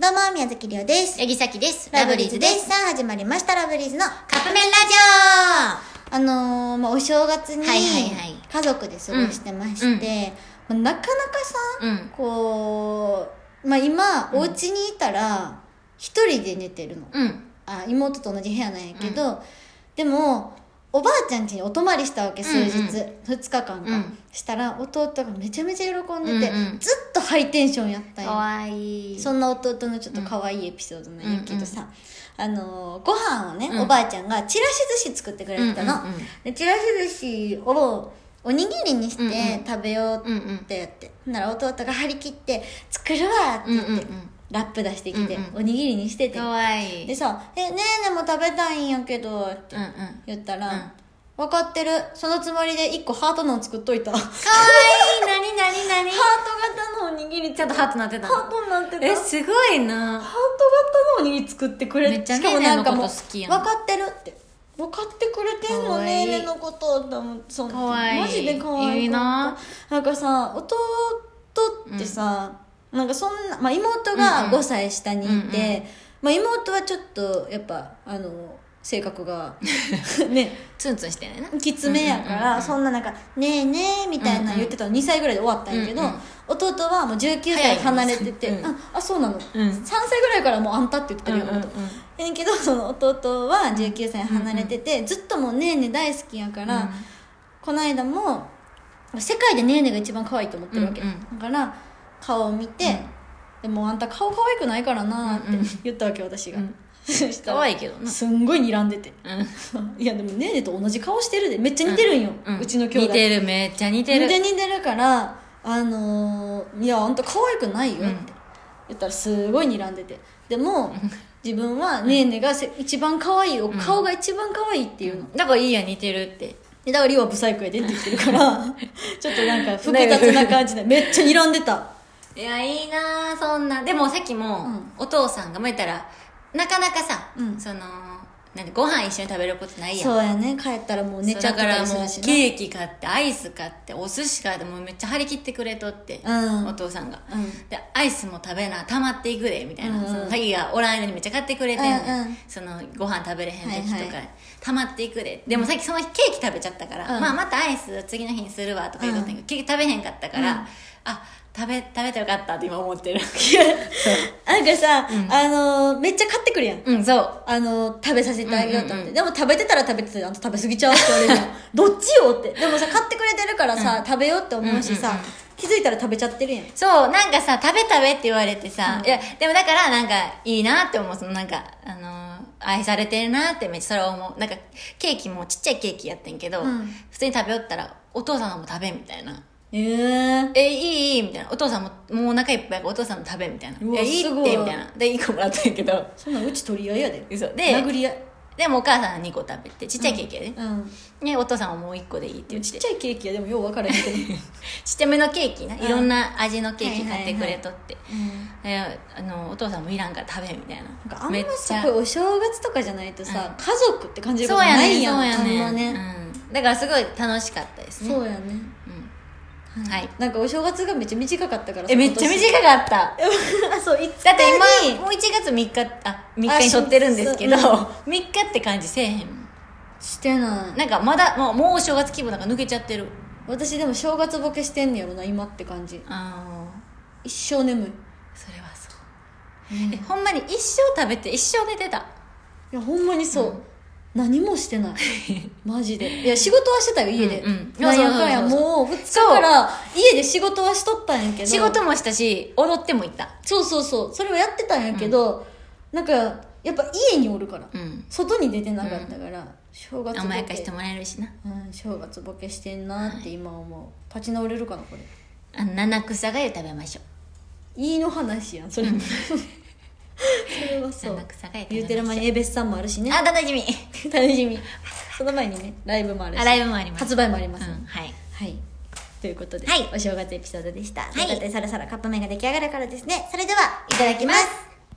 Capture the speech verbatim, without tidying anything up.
どうも、宮崎りおです。 八木崎です。 ラブリーズです。さあ、始まりました、ラブリーズのカップ麺ラジオ。あのー、まあ、お正月にはいはいはい、 家族で過ごしてまして、うんうん、まあ、なかなかさ、うん、こう、まあ、今、うん、お家にいたら、一人で寝てるの。うん、あ、妹と同じ部屋なんやけど、うん、でも、おばあちゃん家にお泊まりしたわけ、数日、うんうん、ふつかかんか、うん、したら弟がめちゃめちゃ喜んでて、うんうん、ずっとハイテンションやったんよ。 かわいい。 そんな弟のちょっとかわいいエピソードなんやけどさ、うんうん、あのー、ご飯をね、うん、おばあちゃんがちらし寿司作ってくれてたの、うんうんうん、でちらし寿司をおにぎりにして食べようってやって、うんうん、なら弟が張り切って作るわって言って、うんうんうん、ラップ出してきて、うんうん、おにぎりにしてて、 かわいい。 でさ、え、ねえねも食べたいんやけどって言ったら、うんうん、分かってる、そのつもりでいっこハートのを作っといた。かわいい。なになになにハート型のおにぎり、 ちゃんとハートなってた。 ハートになってた。 え、すごいな。 ハート型のおにぎり作ってくれて、 めっちゃねーねーのこと好きやん。 分かってるって分かってくれてんの、ねーねーのことって思って、そんなかわいい、マジでかわいい。 いいな。 なんかさ、弟ってさ、うん、なんかそんな、まあ、妹がごさい下にいて、うんうん、まあ、妹はちょっとやっぱあの性格がねツンツンしてないな、 きつめやから、うんうんうんうん、そんななんかねえねえみたいな言ってたのにさいぐらいで終わったんやけど、うんうん、弟はもうじゅうきゅうさい離れてて、うん、あ, あそうなの、うん、さんさいぐらいからもうあんたって言ってるよ、うんうんうん、やけどその弟はじゅうきゅうさい離れてて、うんうん、ずっともうねえねえ大好きやから、うん、この間も世界でねえねえが一番可愛いと思ってるわけ、うんうん、だから顔を見て、うん、でもあんた顔可愛くないからなって言ったわけ、私が、うん、 可愛いけどな、 すんごい睨んでて、うん、いやでもねえねえと同じ顔してるで、めっちゃ似てるんよ、うん、うちの兄弟似てる、めっちゃ似てる、 めっちゃ似てるから、あのー、いやあんた可愛くないよって言ったらすごい睨んでて、でも、うん、自分はねえねえが一番可愛い、うん、顔が一番可愛いっていうの、 だからいいや似てるって、 だからリオはブサイクやでって言ってるからちょっとなんか複雑な感じでめっちゃ睨んでた。 いやいいなそんな。でもさっきも、うん、お父さんが向いたらなかなかさ、うん、そのなんでご飯一緒に食べることないやん。 そうやね、帰ったらもう寝ちゃったりするし、 だからもうケーキ買ってアイス買ってお寿司買ってもうめっちゃ張り切ってくれとって、うん、お父さんが、うん、でアイスも食べな溜まっていくでみたいな、うん、その鍵がおらん間にめっちゃ買ってくれてんね、うんうん、そのご飯食べれへん時とか、はいはい、溜まっていくで。でもさっきその日ケーキ食べちゃったから、うん、まあまたアイス次の日にするわとか言うとったんけど、うん、ケーキ食べへんかったから、うん、あ食べ、食べてよかったって今思ってる。 なんかさ、うん、あのー、めっちゃ買ってくるやん。 うん、そう。 あのー、食べさせてあげようと思って。うんうんうん、でも食べてたら食べてたらあんた食べ過ぎちゃうって言われるやん。どっちよって。でもさ、買ってくれてるからさ、うん、食べようって思うしさ、うんうんうん、気づいたら食べちゃってるやん。 そう、なんかさ、食べ食べって言われてさ、うん、いや、でもだからなんか、いいなって思う。そのなんか、あのー、愛されてるなってめっちゃそれは思う。なんか、ケーキもちっちゃいケーキやってんけど、うん、普通に食べよったら、お父さんも食べみたいな。 えー、 えいいいいみたいな、お父さんももうお腹いっぱいやからお父さんも食べみたいな、いやいいってみたいなでいい個もらったんやけど、 そんなんうち取り合いやで、 嘘で殴り合いでもお母さんはにこ食べて、ちっちゃいケーキやで、うんうん、ね、お父さんはもういっこでいいって言って、 ちっちゃいケーキやでもよう分からへんけどちっちゃめのケーキな、いろんな味のケーキ買ってくれとって、はいはいはい、あのお父さんもいらんから食べみたいな。 なんかあんまさこれお正月とかじゃないとさ、うん、家族って感じることないやん。 そうやね、そうやね、 ね、 うん、だからすごい楽しかったですね。 そうやね、はい、なんかお正月がめっちゃ短かったから、 えめっちゃ短かったそう、いつだって今もういちがつみっか、あみっかに撮ってるんですけど、みっかって感じせえへんしてない。 なんかまだもう、もうお正月気分なんか抜けちゃってる。 私でも正月ボケしてんねやろな今って感じ。あ一生眠い。 それはそう、うん、えほんまに一生食べて一生寝てた。 いやほんまにそう、うん、何もしてないマジで。いや仕事はしてたよ家で、うんうん、なんやかんやもうふつかから家で仕事はしとったんやけど、 仕事もしたし踊っても行った。 そうそうそう、それをやってたんやけど、うん、なんかやっぱ家におるから、うん、外に出てなかったから、うん、正月ボケ甘やかしてもらえるしな、 うん、正月ボケしてんなって今思う、はい、立ち直れるかなこれ。 あの七草がゆ食べましょう。いいの話やんそれも、うんそれはそう言うてる間にエベスさんもあるしね。 あ楽しみ楽しみその前にねライブもあるし、 あライブもあります、 発売もあります、 うん、はい、 はい、ということで、 はい、 お正月エピソードでした。 はい、 ということでそろそろカップ麺が出来上がるからですね。それではいただきます。